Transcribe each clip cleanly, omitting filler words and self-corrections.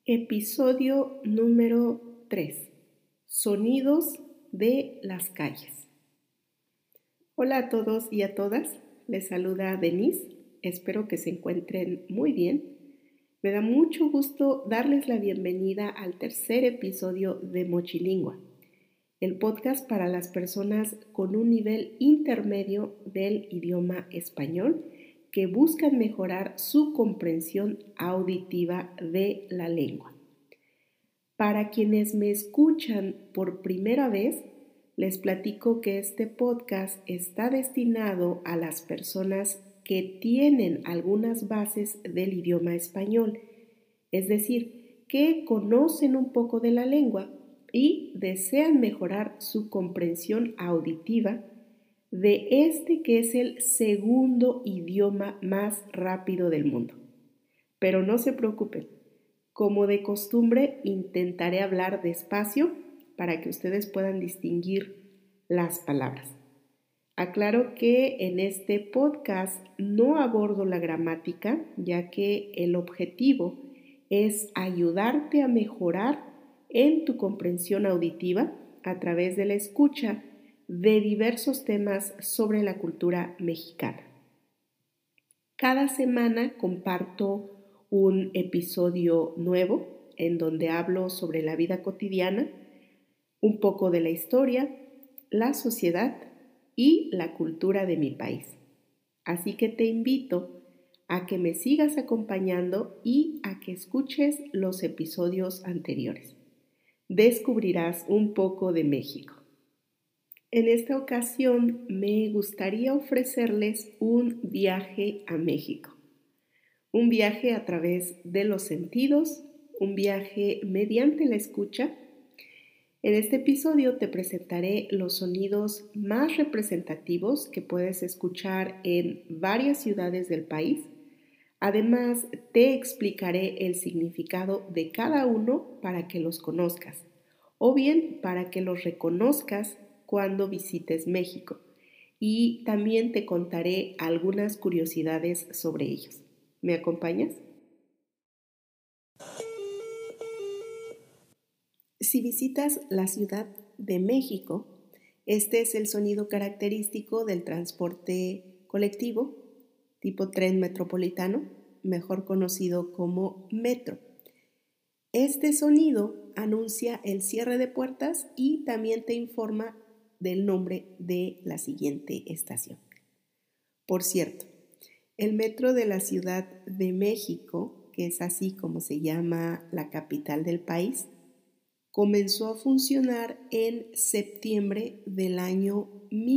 Episodio número 3. Sonidos de las calles. Hola a todos y a todas. Les saluda Denise. Espero que se encuentren muy bien. Me da mucho gusto darles la bienvenida al tercer episodio de Mochilingua, el podcast para las personas con un nivel intermedio del idioma español que buscan mejorar su comprensión auditiva de la lengua. Para quienes me escuchan por primera vez, les platico que este podcast está destinado a las personas que tienen algunas bases del idioma español, es decir, que conocen un poco de la lengua y desean mejorar su comprensión auditiva de este que es el segundo idioma más rápido del mundo. Pero no se preocupen, como de costumbre intentaré hablar despacio para que ustedes puedan distinguir las palabras. Aclaro que en este podcast no abordo la gramática, ya que el objetivo es ayudarte a mejorar en tu comprensión auditiva a través de la escucha de diversos temas sobre la cultura mexicana. Cada semana comparto un episodio nuevo en donde hablo sobre la vida cotidiana, un poco de la historia, la sociedad y la cultura de mi país. Así que te invito a que me sigas acompañando y a que escuches los episodios anteriores. Descubrirás un poco de México. En esta ocasión me gustaría ofrecerles un viaje a México, un viaje a través de los sentidos, un viaje mediante la escucha. En este episodio te presentaré los sonidos más representativos que puedes escuchar en varias ciudades del país. Además, te explicaré el significado de cada uno para que los conozcas, o bien para que los reconozcas cuando visites México, y también te contaré algunas curiosidades sobre ellos. ¿Me acompañas? Si visitas la Ciudad de México, este es el sonido característico del transporte colectivo tipo tren metropolitano, mejor conocido como metro. Este sonido anuncia el cierre de puertas y también te informa del nombre de la siguiente estación. Por cierto, el metro de la Ciudad de México, que es así como se llama la capital del país, comenzó a funcionar en septiembre del año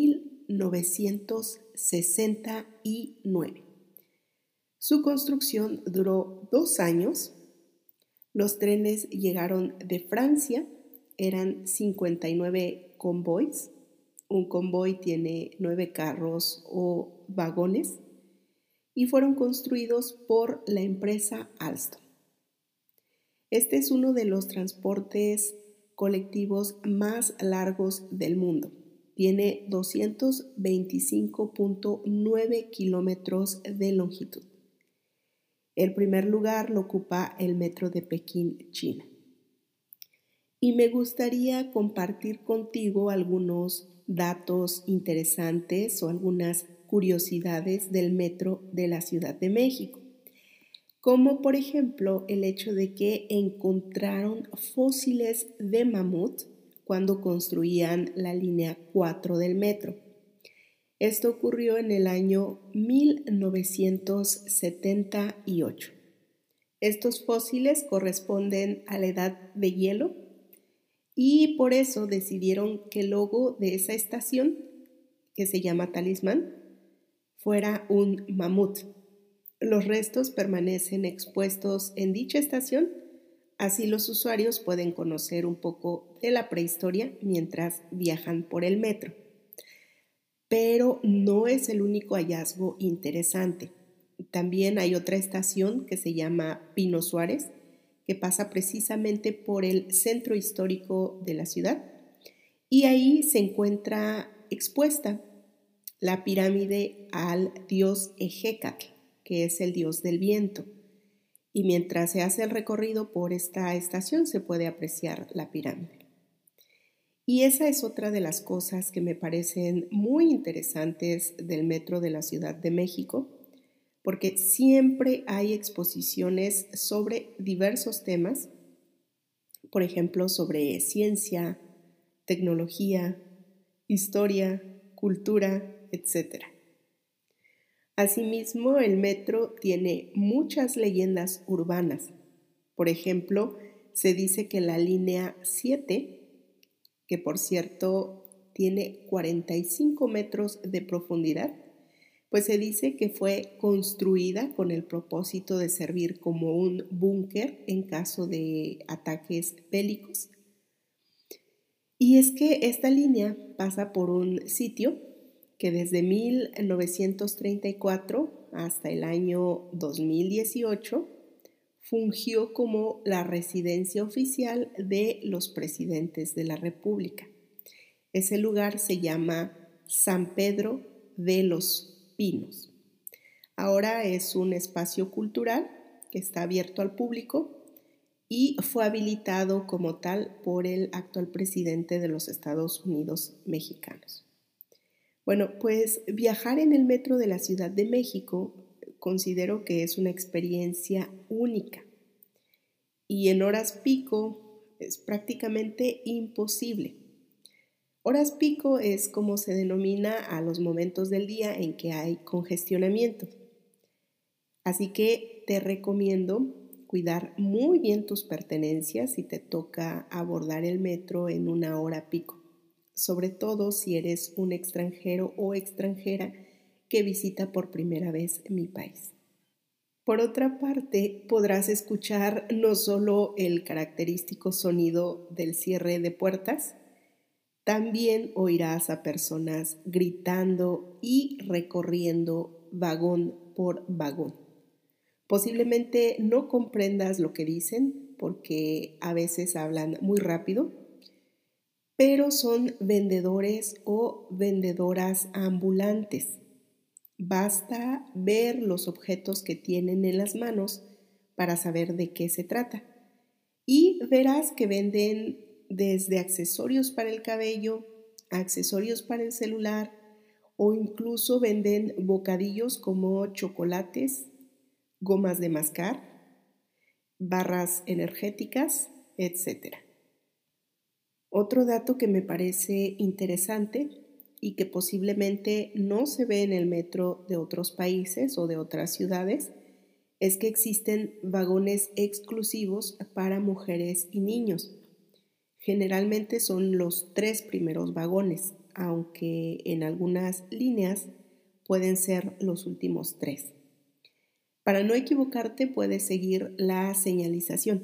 1969. Su construcción duró 2 años. Los trenes llegaron de Francia, eran 59 convoys. Un convoy tiene 9 carros o vagones y fueron construidos por la empresa Alstom. Este es uno de los transportes colectivos más largos del mundo. Tiene 225.9 kilómetros de longitud. El primer lugar lo ocupa el metro de Pekín, China. Y me gustaría compartir contigo algunos datos interesantes o algunas curiosidades del metro de la Ciudad de México, como por ejemplo el hecho de que encontraron fósiles de mamut cuando construían la línea 4 del metro. Esto ocurrió en el año 1978. Estos fósiles corresponden a la edad de hielo y por eso decidieron que el logo de esa estación, que se llama Talismán, fuera un mamut. Los restos permanecen expuestos en dicha estación, así los usuarios pueden conocer un poco de la prehistoria mientras viajan por el metro. Pero no es el único hallazgo interesante. También hay otra estación que se llama Pino Suárez, que pasa precisamente por el centro histórico de la ciudad, y ahí se encuentra expuesta la pirámide al dios Ejecatl, que es el dios del viento. y mientras se hace el recorrido por esta estación se puede apreciar la pirámide. Y esa es otra de las cosas que me parecen muy interesantes del metro de la Ciudad de México, porque siempre hay exposiciones sobre diversos temas, por ejemplo, sobre ciencia, tecnología, historia, cultura, etc. Asimismo, el metro tiene muchas leyendas urbanas. Por ejemplo, se dice que la línea 7, que por cierto tiene 45 metros de profundidad, pues se dice que fue construida con el propósito de servir como un búnker en caso de ataques bélicos. Y es que esta línea pasa por un sitio que desde 1934 hasta el año 2018 fungió como la residencia oficial de los presidentes de la República. Ese lugar se llama San Pedro de los Pinos. Ahora es un espacio cultural que está abierto al público y fue habilitado como tal por el actual presidente de los Estados Unidos mexicanos. Bueno, pues viajar en el metro de la Ciudad de México considero que es una experiencia única y en horas pico es prácticamente imposible. Horas pico es como se denomina a los momentos del día en que hay congestionamiento. Así que te recomiendo cuidar muy bien tus pertenencias si te toca abordar el metro en una hora pico, sobre todo si eres un extranjero o extranjera que visita por primera vez mi país. Por otra parte, podrás escuchar no solo el característico sonido del cierre de puertas, también oirás a personas gritando y recorriendo vagón por vagón. Posiblemente no comprendas lo que dicen porque a veces hablan muy rápido, pero son vendedores o vendedoras ambulantes. Basta ver los objetos que tienen en las manos para saber de qué se trata. Y verás que venden desde accesorios para el cabello, accesorios para el celular o incluso venden bocadillos como chocolates, gomas de mascar, barras energéticas, etc. Otro dato que me parece interesante y que posiblemente no se ve en el metro de otros países o de otras ciudades es que existen vagones exclusivos para mujeres y niños. Generalmente son los 3 primeros vagones, aunque en algunas líneas pueden ser los últimos 3. Para no equivocarte, puedes seguir la señalización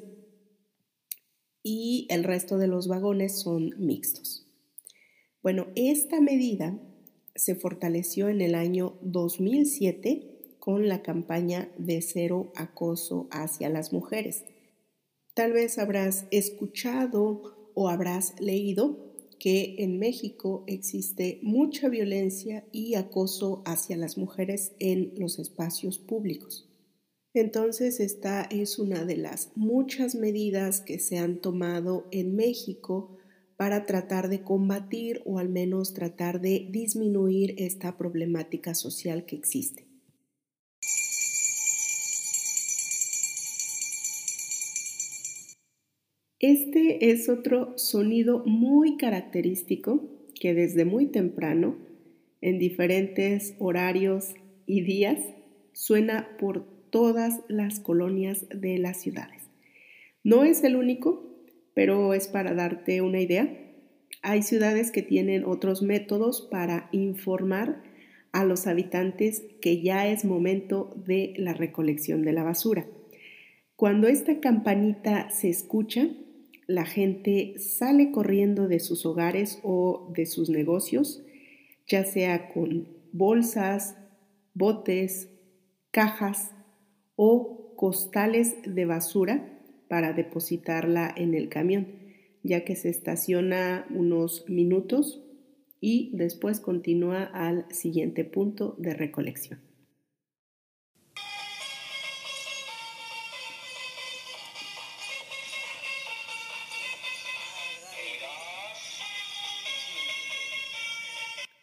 y el resto de los vagones son mixtos. Bueno, esta medida se fortaleció en el año 2007 con la campaña de cero acoso hacia las mujeres. Tal vez habrás escuchado o habrás leído que en México existe mucha violencia y acoso hacia las mujeres en los espacios públicos. Entonces, esta es una de las muchas medidas que se han tomado en México para tratar de combatir o al menos tratar de disminuir esta problemática social que existe. Este es otro sonido muy característico que desde muy temprano, en diferentes horarios y días, suena por todas las colonias de las ciudades. No es el único, pero es para darte una idea. Hay ciudades que tienen otros métodos para informar a los habitantes que ya es momento de la recolección de la basura. Cuando esta campanita se escucha, la gente sale corriendo de sus hogares o de sus negocios, ya sea con bolsas, botes, cajas o costales de basura para depositarla en el camión, ya que se estaciona unos minutos y después continúa al siguiente punto de recolección.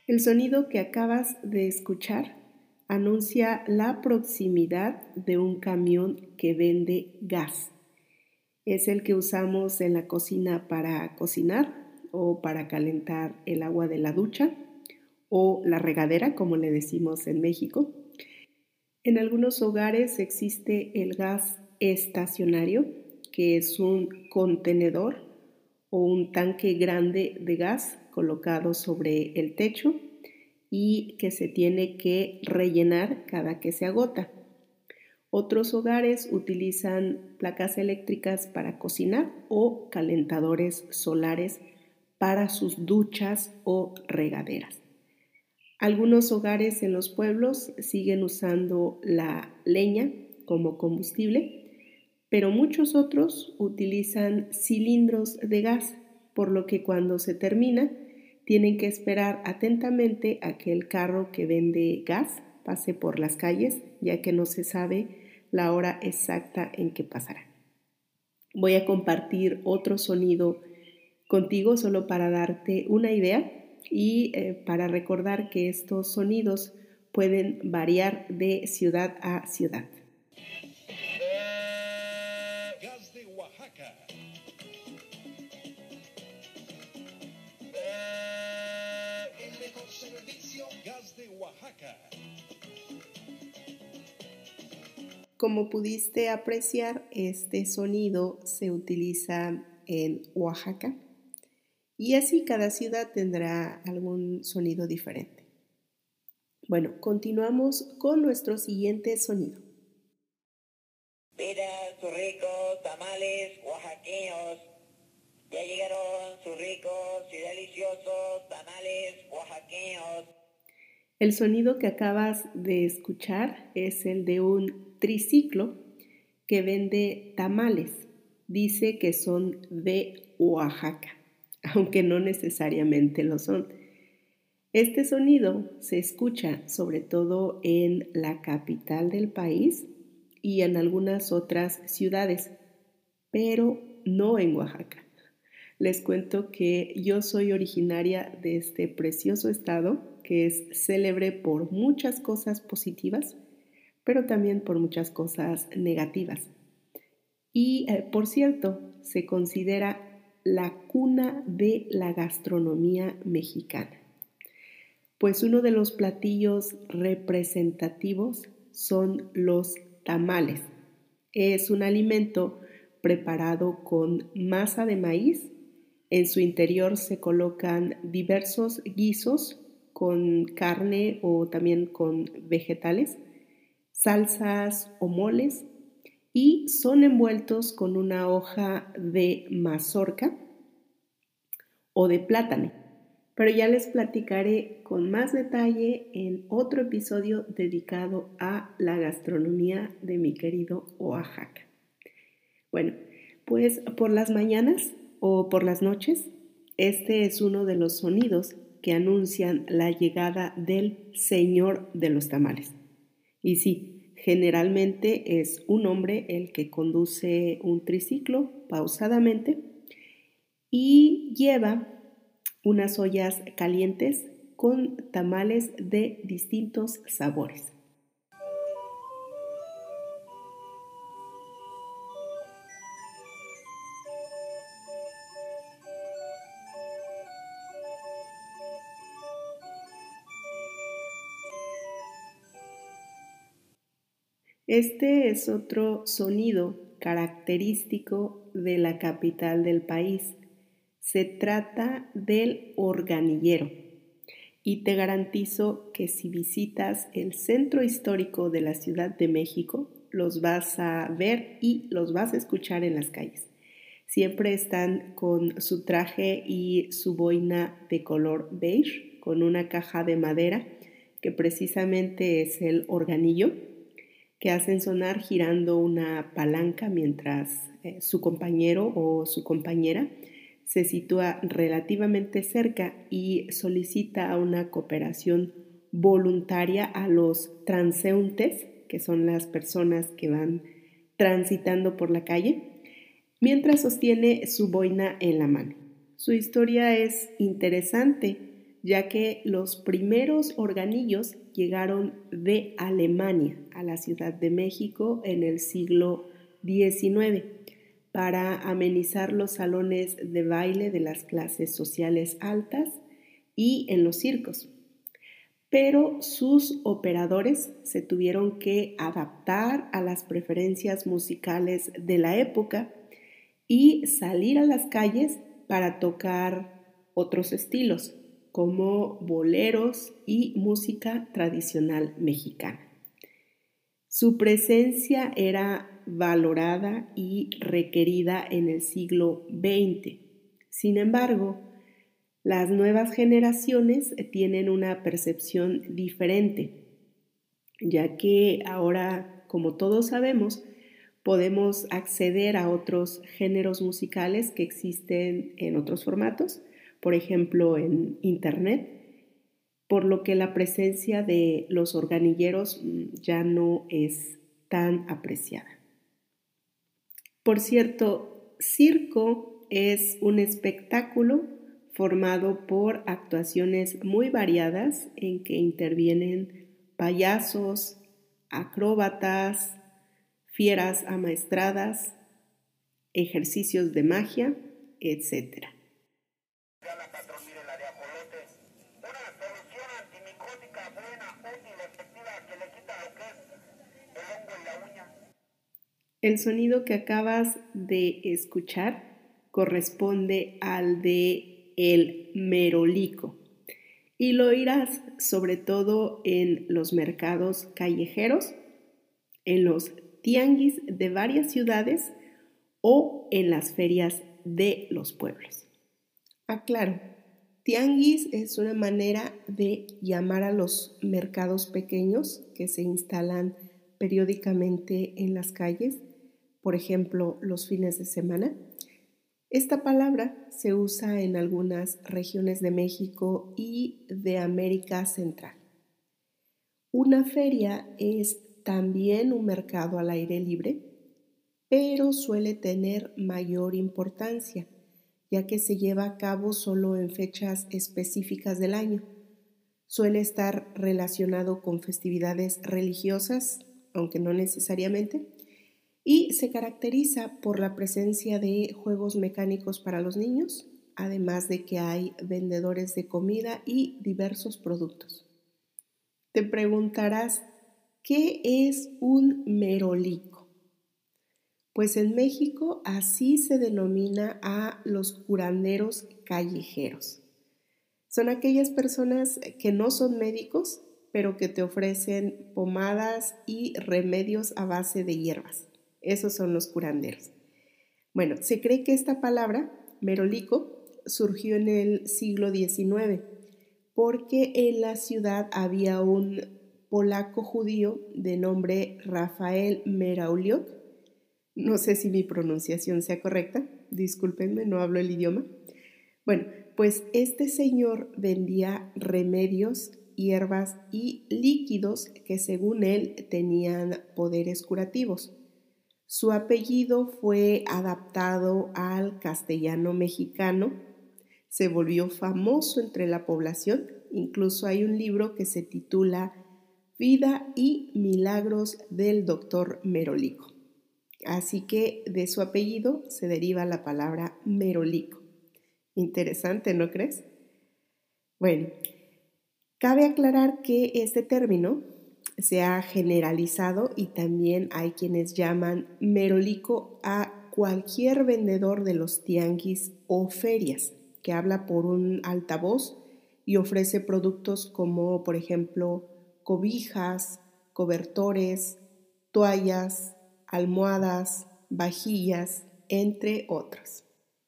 El sonido que acabas de escuchar anuncia la proximidad de un camión que vende gas. Es el que usamos en la cocina para cocinar o para calentar el agua de la ducha o la regadera, como le decimos en México. En algunos hogares existe el gas estacionario, que es un contenedor o un tanque grande de gas colocado sobre el techo y que se tiene que rellenar cada que se agota. Otros hogares utilizan placas eléctricas para cocinar o calentadores solares para sus duchas o regaderas. Algunos hogares en los pueblos siguen usando la leña como combustible, pero muchos otros utilizan cilindros de gas, por lo que cuando se termina tienen que esperar atentamente a que el carro que vende gas pase por las calles, ya que no se sabe la hora exacta en que pasará. Voy a compartir otro sonido contigo solo para darte una idea y para recordar que estos sonidos pueden variar de ciudad a ciudad. Gas de Oaxaca. El mejor servicio. Gas de Oaxaca. Como pudiste apreciar, este sonido se utiliza en Oaxaca y así cada ciudad tendrá algún sonido diferente. Bueno, continuamos con nuestro siguiente sonido. Mira sus ricos tamales oaxaqueños. Ya llegaron sus ricos y deliciosos tamales oaxaqueños. El sonido que acabas de escuchar es el de un triciclo que vende tamales. Dice que son de Oaxaca, aunque no necesariamente lo son. Este sonido se escucha sobre todo en la capital del país y en algunas otras ciudades, pero no en Oaxaca. Les cuento que yo soy originaria de este precioso estado que es célebre por muchas cosas positivas, pero también por muchas cosas negativas. Y, por cierto, se considera la cuna de la gastronomía mexicana, pues uno de los platillos representativos son los tamales. Es un alimento preparado con masa de maíz. En su interior se colocan diversos guisos con carne o también con vegetales, salsas o moles, y son envueltos con una hoja de mazorca o de plátano. Pero ya les platicaré con más detalle en otro episodio dedicado a la gastronomía de mi querido Oaxaca. Bueno, pues por las mañanas o por las noches, este es uno de los sonidos que anuncian la llegada del señor de los tamales. Y sí, generalmente es un hombre el que conduce un triciclo pausadamente y lleva unas ollas calientes con tamales de distintos sabores. Este es otro sonido característico de la capital del país. Se trata del organillero y te garantizo que si visitas el centro histórico de la Ciudad de México, los vas a ver y los vas a escuchar en las calles. Siempre están con su traje y su boina de color beige, con una caja de madera que precisamente es el organillo, que hacen sonar girando una palanca mientras su compañero o su compañera se sitúa relativamente cerca y solicita una cooperación voluntaria a los transeúntes, que son las personas que van transitando por la calle, mientras sostiene su boina en la mano. Su historia es interesante ya que los primeros organillos llegaron de Alemania a la Ciudad de México en el siglo XIX para amenizar los salones de baile de las clases sociales altas y en los circos. Pero sus operadores se tuvieron que adaptar a las preferencias musicales de la época y salir a las calles para tocar otros estilos, como boleros y música tradicional mexicana. Su presencia era valorada y requerida en el siglo XX. Sin embargo, las nuevas generaciones tienen una percepción diferente, ya que ahora, como todos sabemos, podemos acceder a otros géneros musicales que existen en otros formatos, por ejemplo en Internet, por lo que la presencia de los organilleros ya no es tan apreciada. Por cierto, circo es un espectáculo formado por actuaciones muy variadas en que intervienen payasos, acróbatas, fieras amaestradas, ejercicios de magia, etc. La patrón, mire la de ajolote. Una solución antimicótica buena, útil, efectiva, que le quita lo que es el hongo en la uña. El sonido que acabas de escuchar corresponde al de el merolico y lo oirás sobre todo en los mercados callejeros, en los tianguis de varias ciudades o en las ferias de los pueblos. Aclaro, tianguis es una manera de llamar a los mercados pequeños que se instalan periódicamente en las calles, por ejemplo, los fines de semana. Esta palabra se usa en algunas regiones de México y de América Central. Una feria es también un mercado al aire libre, pero suele tener mayor importancia, ya que se lleva a cabo solo en fechas específicas del año. Suele estar relacionado con festividades religiosas, aunque no necesariamente, y se caracteriza por la presencia de juegos mecánicos para los niños, además de que hay vendedores de comida y diversos productos. Te preguntarás, ¿qué es un merolico? Pues en México así se denomina a los curanderos callejeros. Son aquellas personas que no son médicos, pero que te ofrecen pomadas y remedios a base de hierbas. Esos son los curanderos. Bueno, se cree que esta palabra, merolico, surgió en el siglo XIX, porque en la ciudad había un polaco judío de nombre Rafael Merauliok. No sé si mi pronunciación sea correcta, discúlpenme, no hablo el idioma. Bueno, pues este señor vendía remedios, hierbas y líquidos que según él tenían poderes curativos. Su apellido fue adaptado al castellano mexicano, se volvió famoso entre la población, incluso hay un libro que se titula Vida y Milagros del Doctor Merolico. Así que de su apellido se deriva la palabra merolico. Interesante, ¿no crees? Bueno, cabe aclarar que este término se ha generalizado y también hay quienes llaman merolico a cualquier vendedor de los tianguis o ferias que habla por un altavoz y ofrece productos como, por ejemplo, cobijas, cobertores, toallas, almohadas, vajillas, entre otros.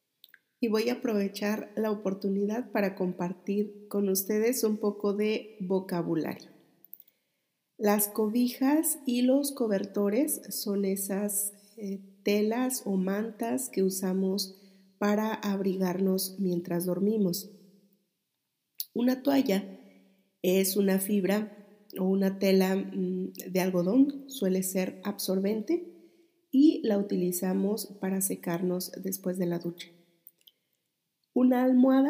Y voy a aprovechar la oportunidad para compartir con ustedes un poco de vocabulario. Las cobijas y los cobertores son esas telas o mantas que usamos para abrigarnos mientras dormimos. Una toalla es una fibra o una tela de algodón, suele ser absorbente y la utilizamos para secarnos después de la ducha. Una almohada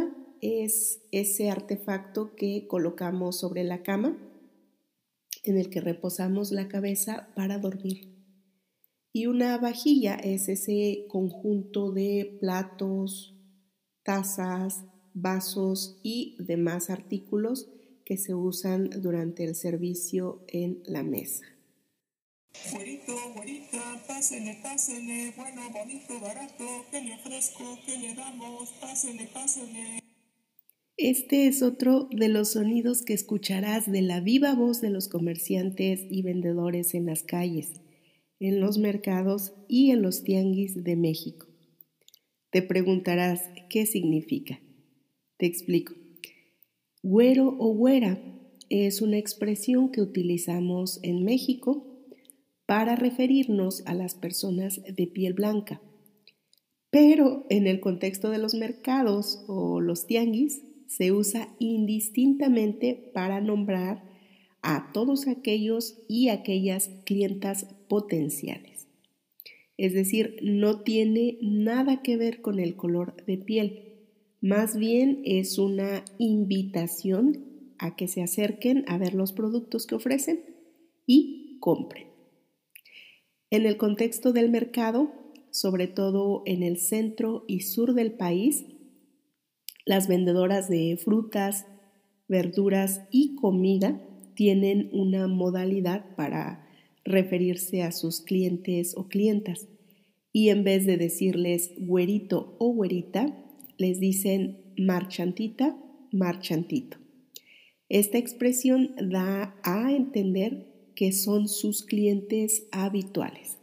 es ese artefacto que colocamos sobre la cama, en el que reposamos la cabeza para dormir. Y una vajilla es ese conjunto de platos, tazas, vasos y demás artículos que se usan durante el servicio en la mesa. Güerito, güerita, pásele, pásele, bueno, bonito, barato, ¿qué le ofrezco? ¿Qué le damos? Pásele, pásele. Este es otro de los sonidos que escucharás de la viva voz de los comerciantes y vendedores en las calles, en los mercados y en los tianguis de México. Te preguntarás qué significa. Te explico. Güero o güera es una expresión que utilizamos en México para referirnos a las personas de piel blanca. Pero en el contexto de los mercados o los tianguis se usa indistintamente para nombrar a todos aquellos y aquellas clientas potenciales. Es decir, no tiene nada que ver con el color de piel, más bien es una invitación a que se acerquen a ver los productos que ofrecen y compren. En el contexto del mercado, sobre todo en el centro y sur del país, las vendedoras de frutas, verduras y comida tienen una modalidad para referirse a sus clientes o clientas y en vez de decirles güerito o güerita, les dicen marchantita, marchantito. Esta expresión da a entender que son sus clientes habituales.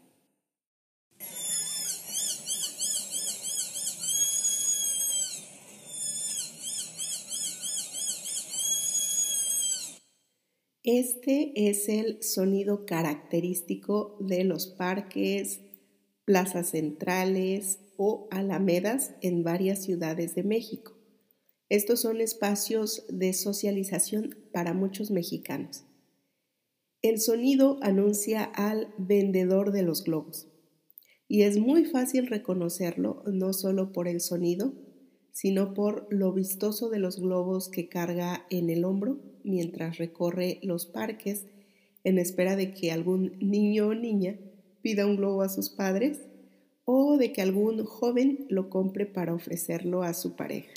Este es el sonido característico de los parques, plazas centrales o alamedas en varias ciudades de México. Estos son espacios de socialización para muchos mexicanos. El sonido anuncia al vendedor de los globos y es muy fácil reconocerlo no solo por el sonido, sino por lo vistoso de los globos que carga en el hombro mientras recorre los parques en espera de que algún niño o niña pida un globo a sus padres o de que algún joven lo compre para ofrecerlo a su pareja.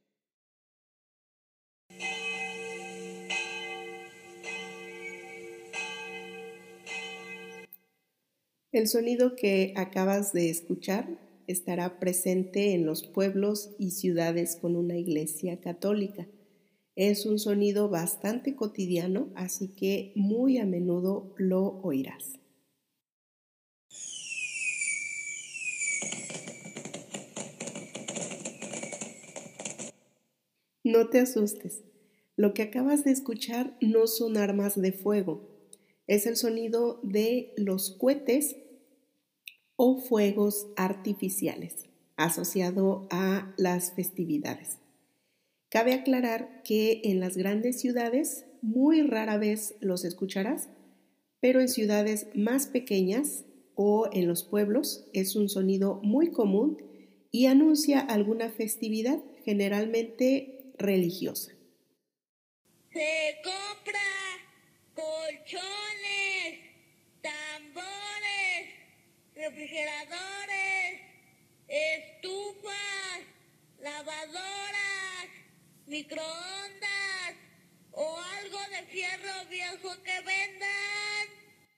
El sonido que acabas de escuchar estará presente en los pueblos y ciudades con una iglesia católica. Es un sonido bastante cotidiano, así que muy a menudo lo oirás. No te asustes. Lo que acabas de escuchar no son armas de fuego. Es el sonido de los cohetes o fuegos artificiales asociado a las festividades. Cabe aclarar que en las grandes ciudades muy rara vez los escucharás, pero en ciudades más pequeñas o en los pueblos es un sonido muy común y anuncia alguna festividad, generalmente religiosa. Se compra colchones, tambores, refrigeradores, estufas, lavadoras, microondas o algo de fierro viejo que vendan.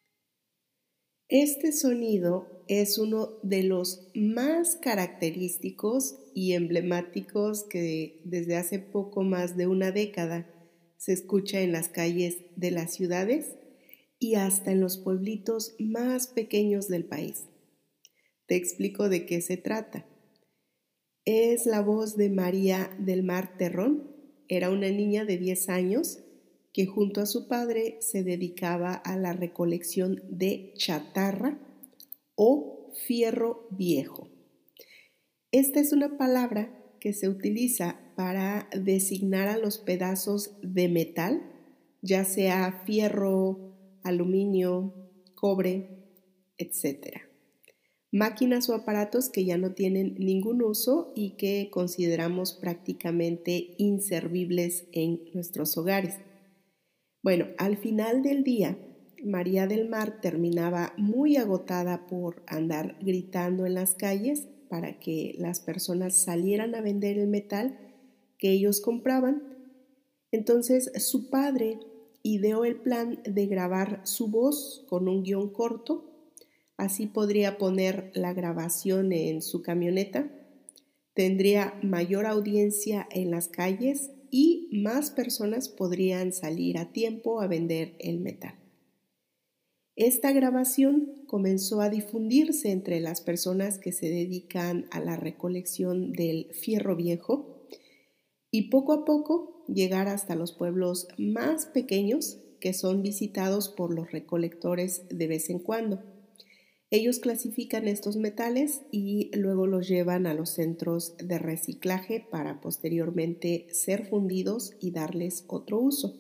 Este sonido es uno de los más característicos y emblemáticos que desde hace poco más de una década se escucha en las calles de las ciudades y hasta en los pueblitos más pequeños del país. Te explico de qué se trata. Es la voz de María del Mar Terrón. Era una niña de 10 años que junto a su padre se dedicaba a la recolección de chatarra o fierro viejo. Esta es una palabra que se utiliza para designar a los pedazos de metal, ya sea fierro, aluminio, cobre, etc. máquinas o aparatos que ya no tienen ningún uso y que consideramos prácticamente inservibles en nuestros hogares. Bueno, al final del día, María del Mar terminaba muy agotada por andar gritando en las calles para que las personas salieran a vender el metal que ellos compraban. Entonces su padre ideó el plan de grabar su voz con un guión corto. Así podría poner la grabación en su camioneta, tendría mayor audiencia en las calles y más personas podrían salir a tiempo a vender el metal. Esta grabación comenzó a difundirse entre las personas que se dedican a la recolección del fierro viejo y poco a poco llegar hasta los pueblos más pequeños que son visitados por los recolectores de vez en cuando. Ellos clasifican estos metales y luego los llevan a los centros de reciclaje para posteriormente ser fundidos y darles otro uso.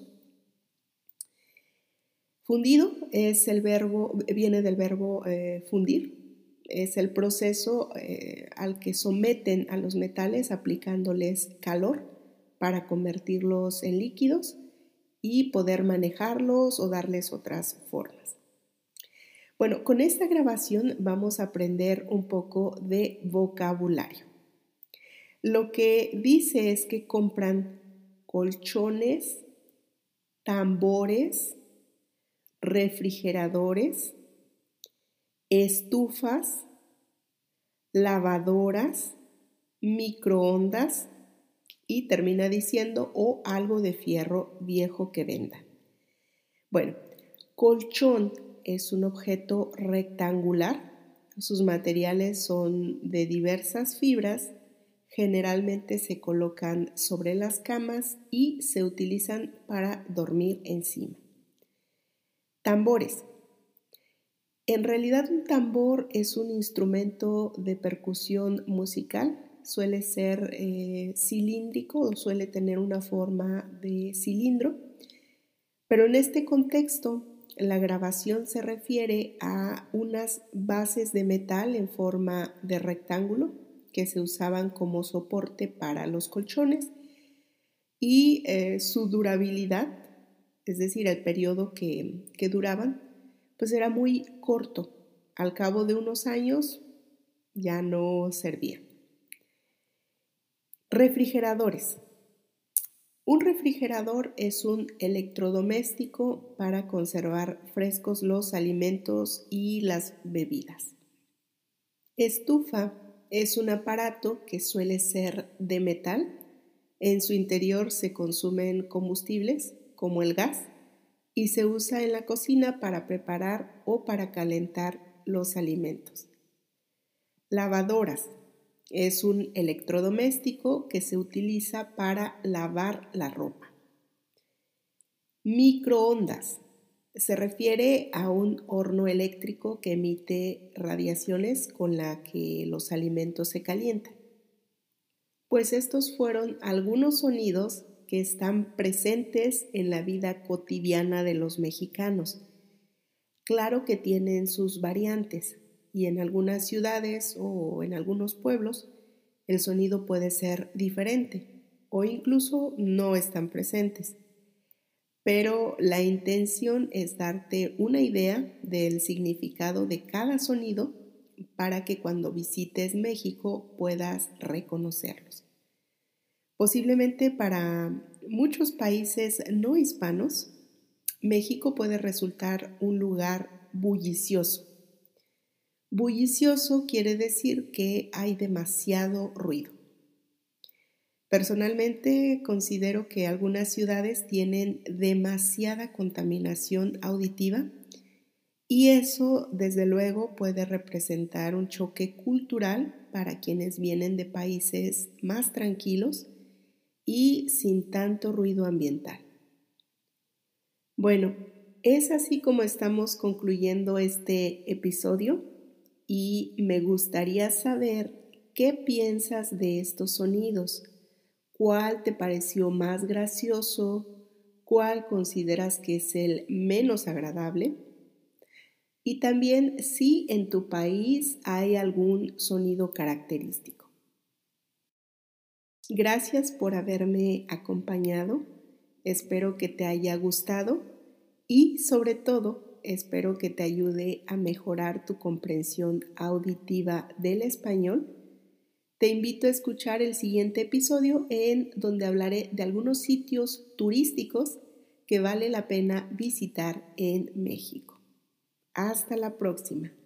Fundido viene del verbo fundir, es el proceso al que someten a los metales aplicándoles calor para convertirlos en líquidos y poder manejarlos o darles otras formas. Bueno, con esta grabación vamos a aprender un poco de vocabulario. Lo que dice es que compran colchones, tambores, refrigeradores, estufas, lavadoras, microondas y termina diciendo o algo de fierro viejo que venda. Bueno, colchón es un objeto rectangular, sus materiales son de diversas fibras, generalmente se colocan sobre las camas y se utilizan para dormir encima. Tambores. En realidad un tambor es un instrumento de percusión musical, suele ser cilíndrico o suele tener una forma de cilindro, pero en este contexto la grabación se refiere a unas bases de metal en forma de rectángulo que se usaban como soporte para los colchones y su durabilidad, es decir, el periodo que duraban, pues era muy corto. Al cabo de unos años ya no servía. Refrigeradores. Un refrigerador es un electrodoméstico para conservar frescos los alimentos y las bebidas. Estufa es un aparato que suele ser de metal. En su interior se consumen combustibles como el gas y se usa en la cocina para preparar o para calentar los alimentos. Lavadoras. Es un electrodoméstico que se utiliza para lavar la ropa. Microondas. Se refiere a un horno eléctrico que emite radiaciones con la que los alimentos se calientan. Pues estos fueron algunos sonidos que están presentes en la vida cotidiana de los mexicanos. Claro que tienen sus variantes. Y en algunas ciudades o en algunos pueblos el sonido puede ser diferente o incluso no están presentes. Pero la intención es darte una idea del significado de cada sonido para que cuando visites México puedas reconocerlos. Posiblemente para muchos países no hispanos, México puede resultar un lugar bullicioso. Bullicioso quiere decir que hay demasiado ruido. Personalmente considero que algunas ciudades tienen demasiada contaminación auditiva y eso desde luego puede representar un choque cultural para quienes vienen de países más tranquilos y sin tanto ruido ambiental. Bueno, es así como estamos concluyendo este episodio. Y me gustaría saber qué piensas de estos sonidos. ¿Cuál te pareció más gracioso? ¿Cuál consideras que es el menos agradable? y también si en tu país hay algún sonido característico. Gracias por haberme acompañado, espero que te haya gustado y sobre todo espero que te ayude a mejorar tu comprensión auditiva del español. Te invito a escuchar el siguiente episodio en donde hablaré de algunos sitios turísticos que vale la pena visitar en México. Hasta la próxima.